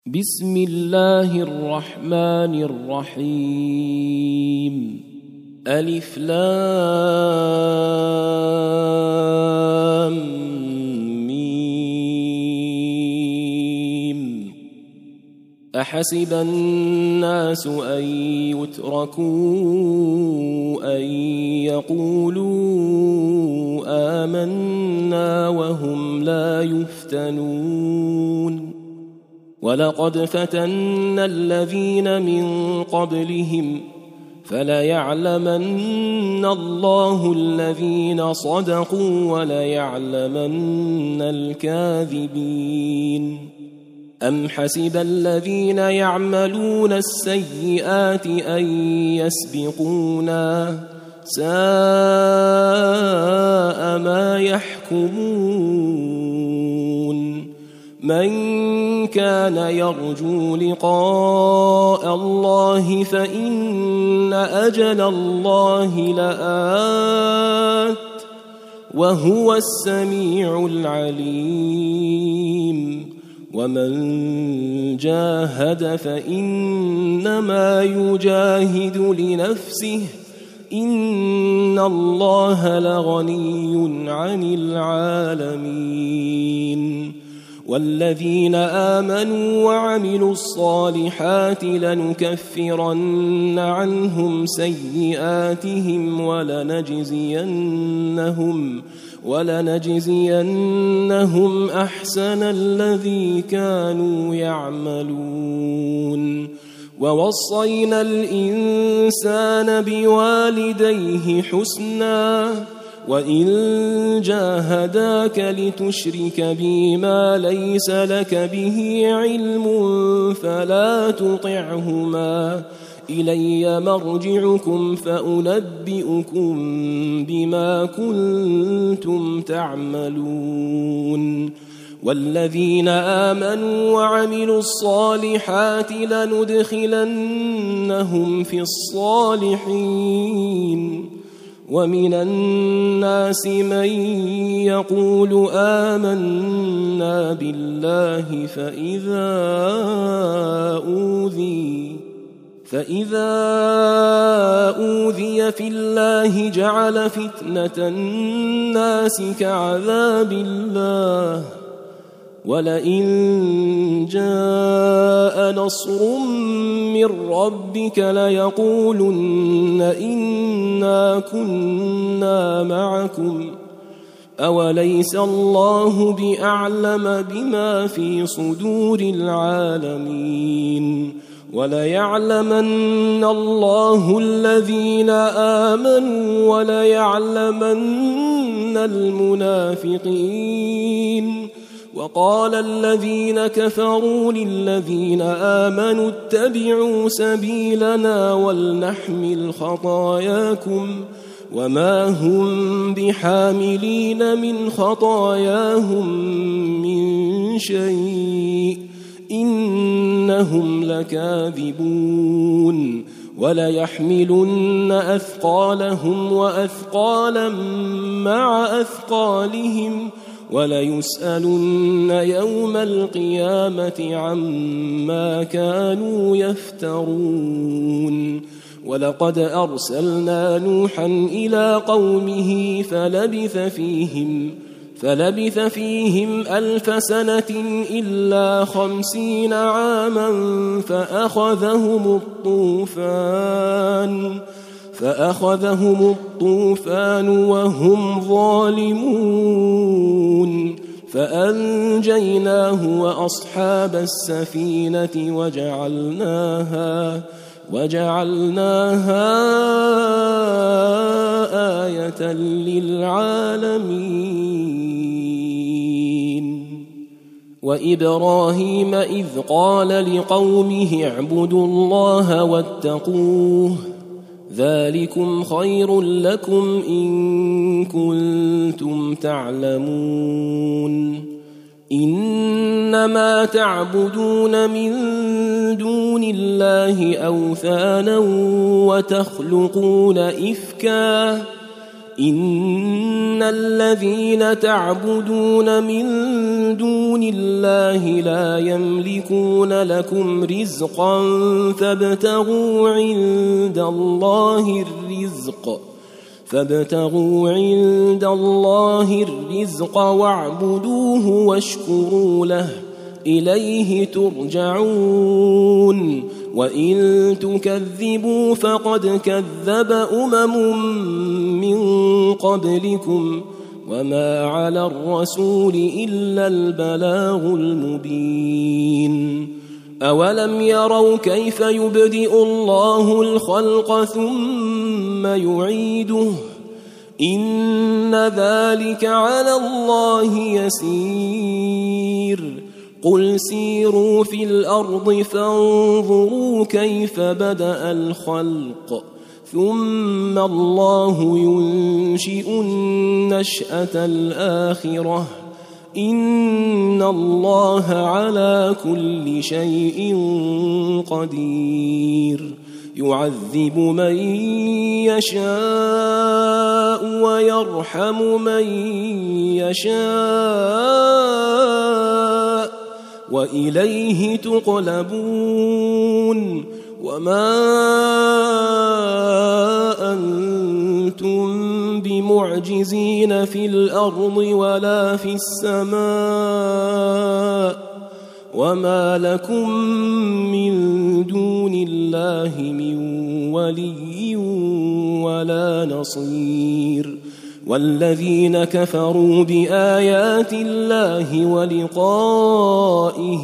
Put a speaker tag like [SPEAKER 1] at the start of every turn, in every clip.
[SPEAKER 1] بسم الله الرحمن الرحيم ألف لام ميم أحسب الناس أن يتركوا أن يقولوا آمنا وهم لا يفتنون ولقد فتنا الذين من قبلهم فليعلمن الله الذين صدقوا وليعلمن الكاذبين أم حسب الذين يعملون السيئات أن يسبقونا ساء ما يحكمون من كان يرجو لقاء الله فإن أجل الله لآت وهو السميع العليم ومن جاهد فإنما يجاهد لنفسه إن الله لغني عن العالمين والذين آمنوا وعملوا الصالحات لنكفرن عنهم سيئاتهم ولنجزينهم أحسن الذي كانوا يعملون ووصينا الإنسان بوالديه حسنا وإن جاهداك لتشرك بي ما ليس لك به علم فلا تطعهما إلي مرجعكم فأنبئكم بما كنتم تعملون والذين آمنوا وعملوا الصالحات لندخلنهم في الصالحين ومن الناس من يقول آمنا بالله فإذا أوذي في الله جعل فتنة الناس كعذاب الله ولئن جاء نصر من ربك ليقولن إنا كنا معكم أوليس الله بأعلم بما في صدور العالمين وليعلمن الله الذين آمنوا وليعلمن المنافقين وقال الذين كفروا للذين آمنوا اتبعوا سبيلنا ولنحمل خطاياكم وما هم بحاملين من خطاياهم من شيء إنهم لكاذبون وليحملن أثقالهم وأثقالا مع أثقالهم وليسألن يوم القيامة عما كانوا يفترون ولقد أرسلنا نوحا إلى قومه فلبث فيهم 1000 سنة إلا 50 عاما فأخذهم الطوفان وهم ظالمون فأنجيناه وأصحاب السفينة وجعلناها آية للعالمين وإبراهيم إذ قال لقومه اعبدوا الله واتقوه ذلكم خير لكم إن كنتم تعلمون إنما تعبدون من دون الله أوثانا وتخلقون إفكا إن الذين تعبدون من دون الله لا يملكون لكم رزقا فابتغوا عند الله الرزق واعبدوه واشكروا له إليه ترجعون وإن تكذبوا فقد كذب من قبلكم وما على الرسول إلا البلاغ المبين أولم يروا كيف يبدئ الله الخلق ثم يعيده إن ذلك على الله يسير قل سيروا في الأرض فانظروا كيف بدأ الخلق ثم الله ينشئ النشأة الآخرة إن الله على كل شيء قدير يعذب من يشاء ويرحم من يشاء وإليه تقلبون وما أنتم بمعجزين في الأرض ولا في السماء وما لكم من دون الله من ولي ولا نصير والذين كفروا بآيات الله ولقائه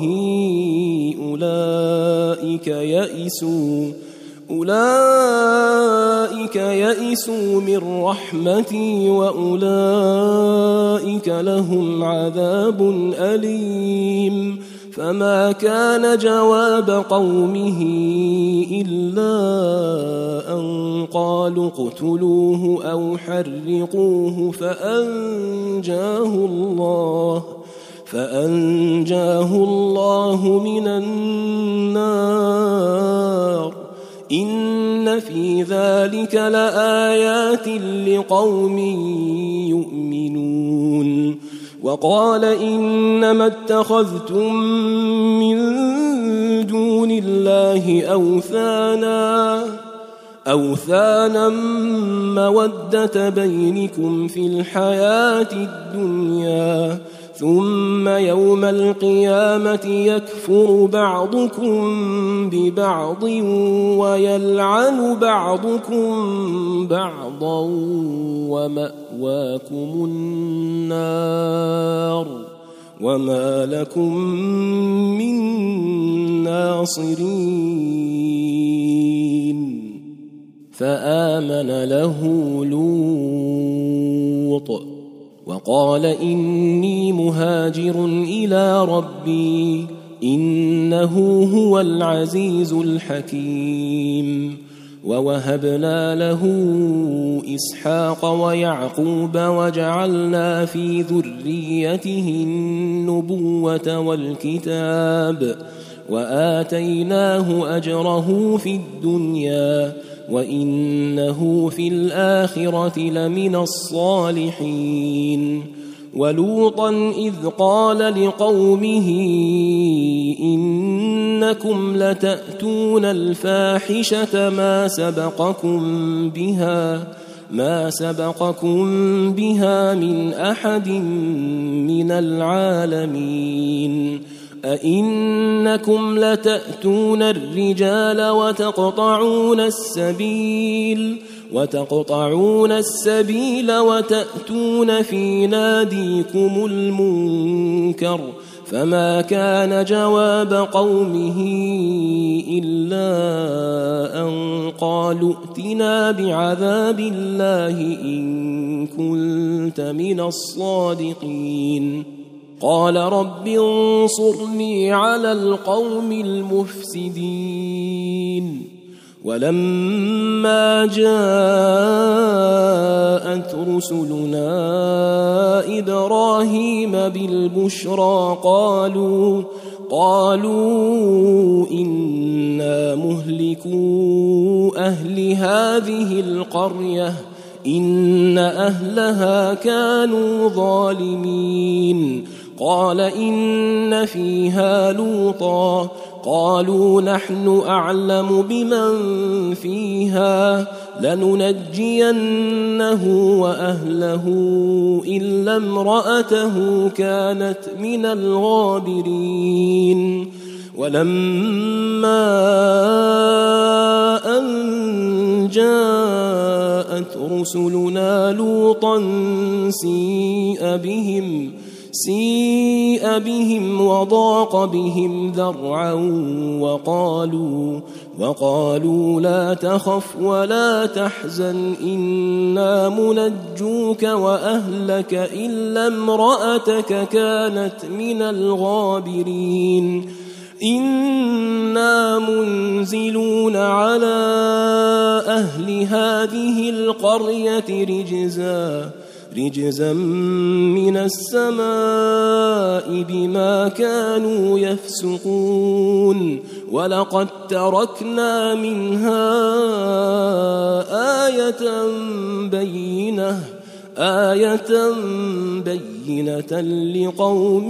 [SPEAKER 1] أولئك يئسوا من رحمتي وأولئك لهم عذاب أليم فما كان جواب قومه إلا أن قالوا اقتلوه أو حرقوه فأنجاه الله من النار إن في ذلك لآيات لقوم يؤمنون وقال إنما اتخذتم من دون الله أوثانا مودة بينكم في الحياة الدنيا ثم يوم القيامة يكفر بعضكم ببعض ويلعن بعضكم بعضا ومأواكم النار وما لكم من ناصرين فآمن له لوط وقال إني مهاجر إلى ربي إنه هو العزيز الحكيم ووهبنا له إسحاق ويعقوب وجعلنا في ذريته النبوة والكتاب وآتيناه أجره في الدنيا وإنه في الآخرة لمن الصالحين ولوطا إذ قال لقومه إنكم لتأتون الفاحشة ما سبقكم بها من أحد من العالمين أئنكم لتأتون الرجال وتقطعون السبيل وتأتون في ناديكم المنكر فما كان جواب قومه إلا أن قالوا ائتنا بعذاب الله إن كنت من الصادقين قال رب انصرني على القوم المفسدين ولما جاءت رسلنا إبراهيم بالبشرى قالوا إنا مهلكو أهل هذه القرية إن أهلها كانوا ظالمين قال إن فيها لوطا قالوا نحن أعلم بمن فيها لننجينه وأهله إلا امرأته كانت من الغابرين ولما أن جاءت رسلنا لوطا سيء بهم وضاق بهم ذرعا وقالوا لا تخف ولا تحزن إنا منجوك وأهلك إلا امرأتك كانت من الغابرين إنا منزلون على أهل هذه القرية رجزا من السماء بما كانوا يفسقون ولقد تركنا منها آية بينة لقوم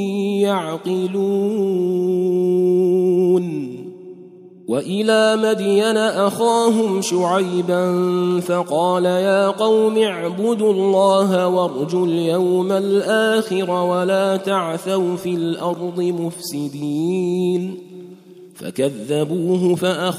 [SPEAKER 1] يعقلون وإلى مدين أخاهم شعيبا فقال يا قوم اعبدوا الله وارجوا اليوم الآخر ولا تعثوا في الأرض مفسدين فكذبوه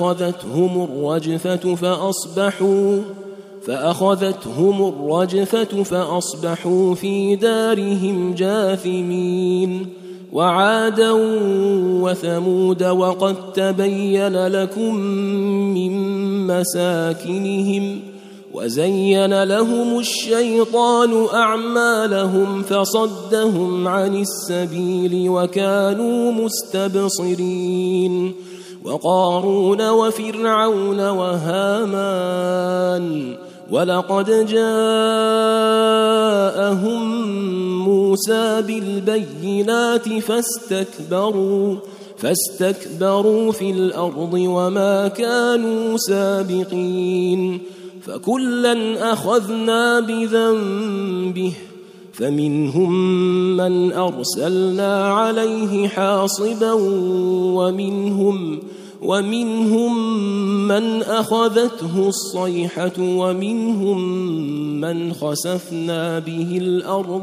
[SPEAKER 1] فأخذتهم الرجفة فأصبحوا في دارهم جاثمين وعادا وثمود وقد تبين لكم من مساكنهم وزين لهم الشيطان أعمالهم فصدهم عن السبيل وكانوا مستبصرين وقارون وفرعون وهامان ولقد جاءهم موسى بالبينات فاستكبروا في الأرض وما كانوا سابقين فكلا أخذنا بذنبه فمنهم من أرسلنا عليه حاصبا ومنهم من أخذته الصيحة ومنهم من خسفنا به الأرض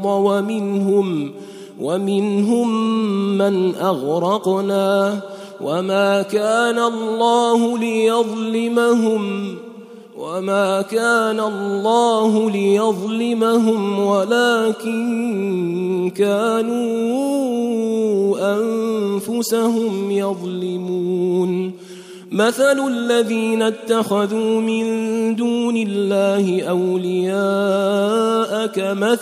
[SPEAKER 1] ومنهم من أغرقنا وما كان الله ليظلمهم ولكن كانوا أنفسهم يظلمون مثل الذين اتخذوا من دون الله أولياء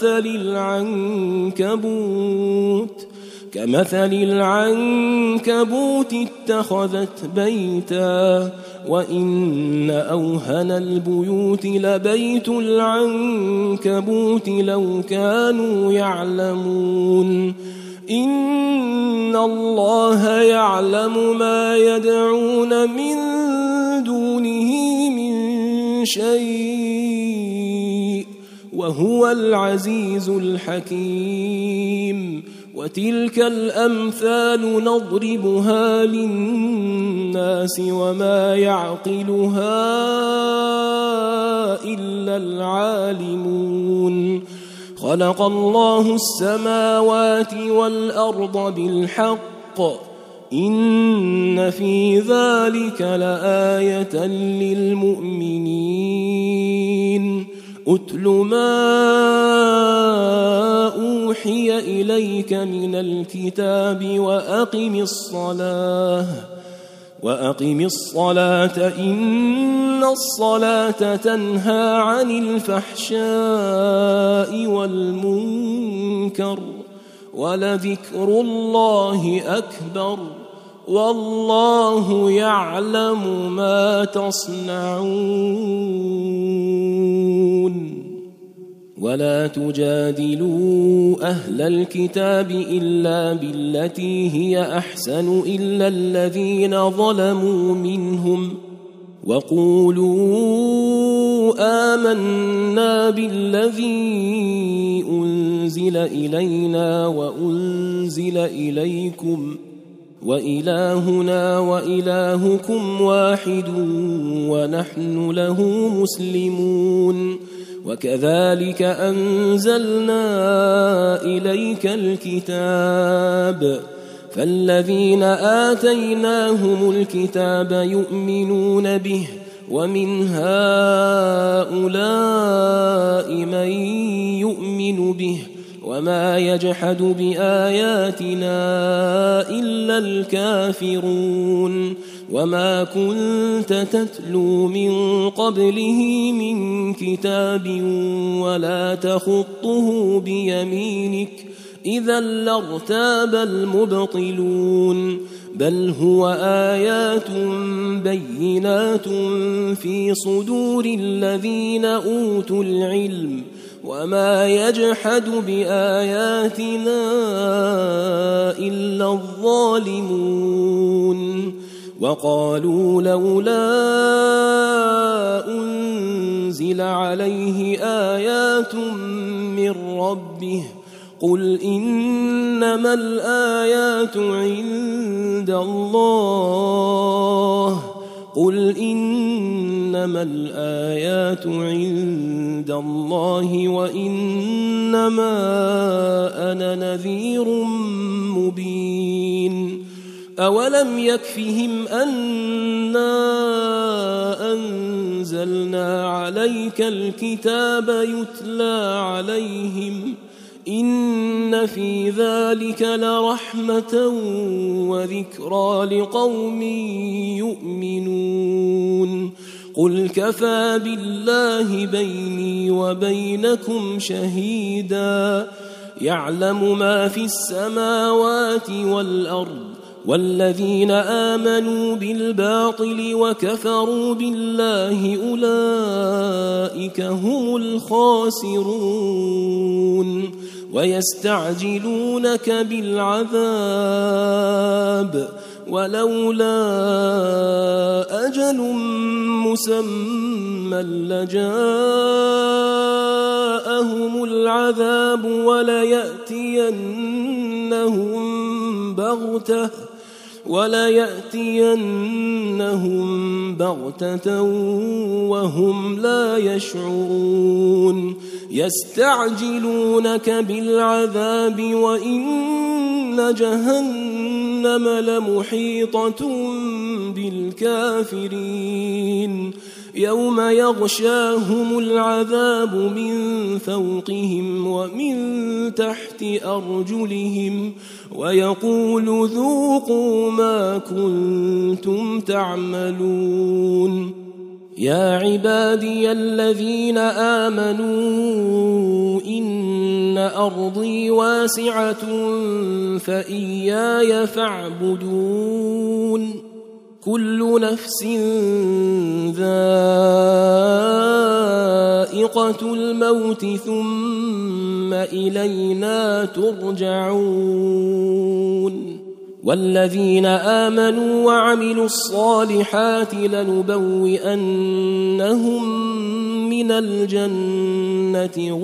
[SPEAKER 1] كمثل العنكبوت اتخذت بيتا وإن أوهن البيوت لبيت العنكبوت لو كانوا يعلمون إن الله يعلم ما يدعون من دونه من شيء وهو العزيز الحكيم وتلك الأمثال نضربها للناس وما يعقلها إلا العالمون خلق الله السماوات والأرض بالحق إن في ذلك لآية للمؤمنين أتل ما أوحي إليك من الكتاب وأقم الصلاة إن الصلاة تنهى عن الفحشاء والمنكر ولذكر الله أكبر والله يعلم ما تصنعون ولا تجادلوا أهل الكتاب إلا بالتي هي أحسن إلا الذين ظلموا منهم وقولوا آمنا بالذي أنزل إلينا وأنزل إليكم وإلهنا وإلهكم واحد ونحن له مسلمون وكذلك أنزلنا إليك الكتاب فالذين آتيناهم الكتاب يؤمنون به ومن هؤلاء من يؤمن به وما يجحد بآياتنا إلا الكافرون وما كنت تتلو من قبله من كتاب ولا تخطه بيمينك إذا لارتاب المبطلون بل هو آيات بينات في صدور الذين أوتوا العلم وما يجحد بآياتنا إلا الظالمون وقالوا لولا أنزل عليه آيات من ربه قل إنما الآيات عند الله وإنما أنا نذير مبين أولم يكفهم أنا أنزلنا عليك الكتاب يتلى عليهم إن في ذلك لرحمة وذكرى لقوم يؤمنون قل كفى بالله بيني وبينكم شهيدا يعلم ما في السماوات والأرض والذين آمنوا بالباطل وكفروا بالله أولئك هم الخاسرون ويستعجلونك بالعذاب ولولا أجل مسمى لجاءهم العذاب وليأتينهم بغتة وهم لا يشعرون يستعجلونك بالعذاب وإن جهنم لمحيطة بالكافرين يوم يغشاهم العذاب من فوقهم ومن تحت أرجلهم ويقول ذوقوا ما كنتم تعملون يا عبادي الذين آمنوا إن أرضي واسعة فإياي فاعبدون كل نفس ذائقة الموت ثم إلينا ترجعون والذين آمنوا وعملوا الصالحات لنبوئنهم من الجنة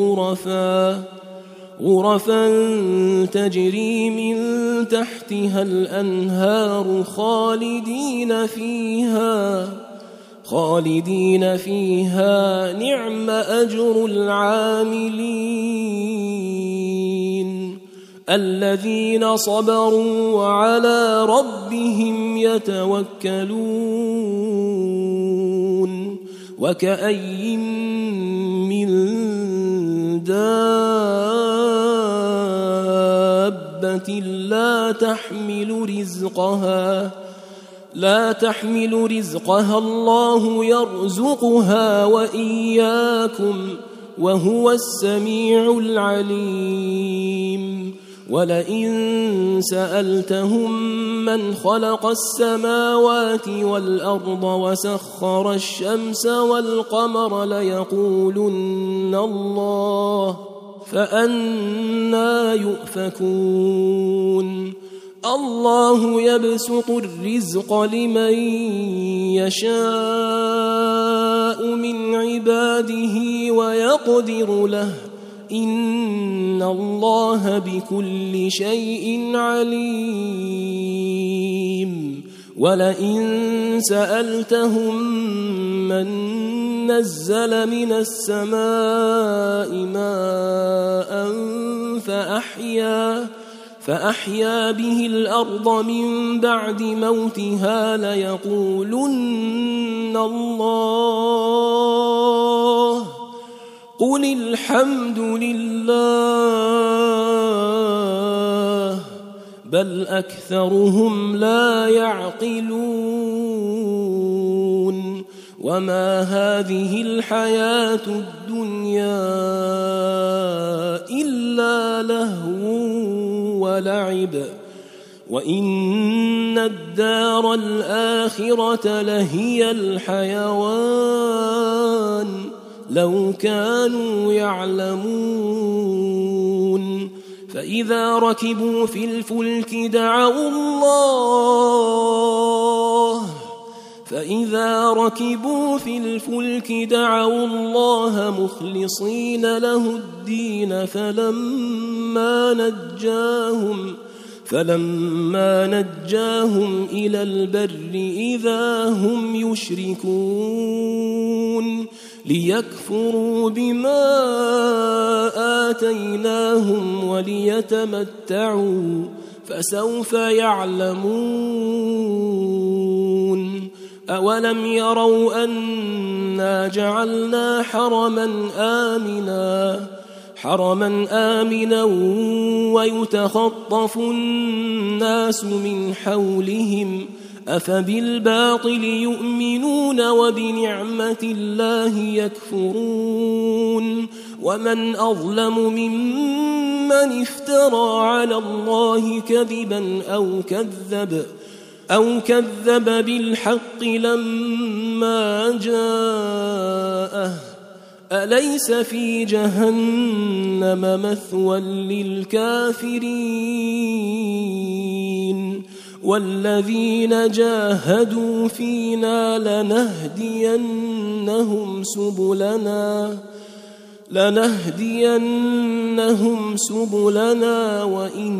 [SPEAKER 1] غرفا تجري من تحتها الأنهار خالدين فيها نعم أجر العاملين الذين صبروا وعلى ربهم يتوكلون وكأي من دابة لا تحمل رزقها الله يرزقها وإياكم وهو السميع العليم ولئن سألتهم من خلق السماوات والأرض وسخر الشمس والقمر ليقولن الله فأنى يؤفكون الله يبسط الرزق لمن يشاء يشاء من عباده ويقدر له إن الله بكل شيء عليم ولئن سألتهم من نزل من السماء ماء فأحيا به الأرض من بعد موتها ليقولن الله قل الحمد لله بل أكثرهم لا يعقلون وما هذه الحياة الدنيا إلا لهو ولعب وإن الدار الآخرة لهي الحيوان لو كانوا يعلمون فإذا ركبوا في الفلك دعوا الله مخلصين له الدين فلما نجاهم إلى البر إذا هم يشركون ليكفروا بما آتيناهم وليتمتعوا فسوف يعلمون أولم يروا أنا جعلنا حرما آمنا ويتخطف الناس من حولهم أفبالباطل يؤمنون وبنعمة الله يكفرون ومن أظلم ممن افترى على الله كذبا أو كذب بالحق لما جاءه أليس في جهنم مثوى للكافرين والذين جاهدوا فينا لنهدينهم سبلنا وإن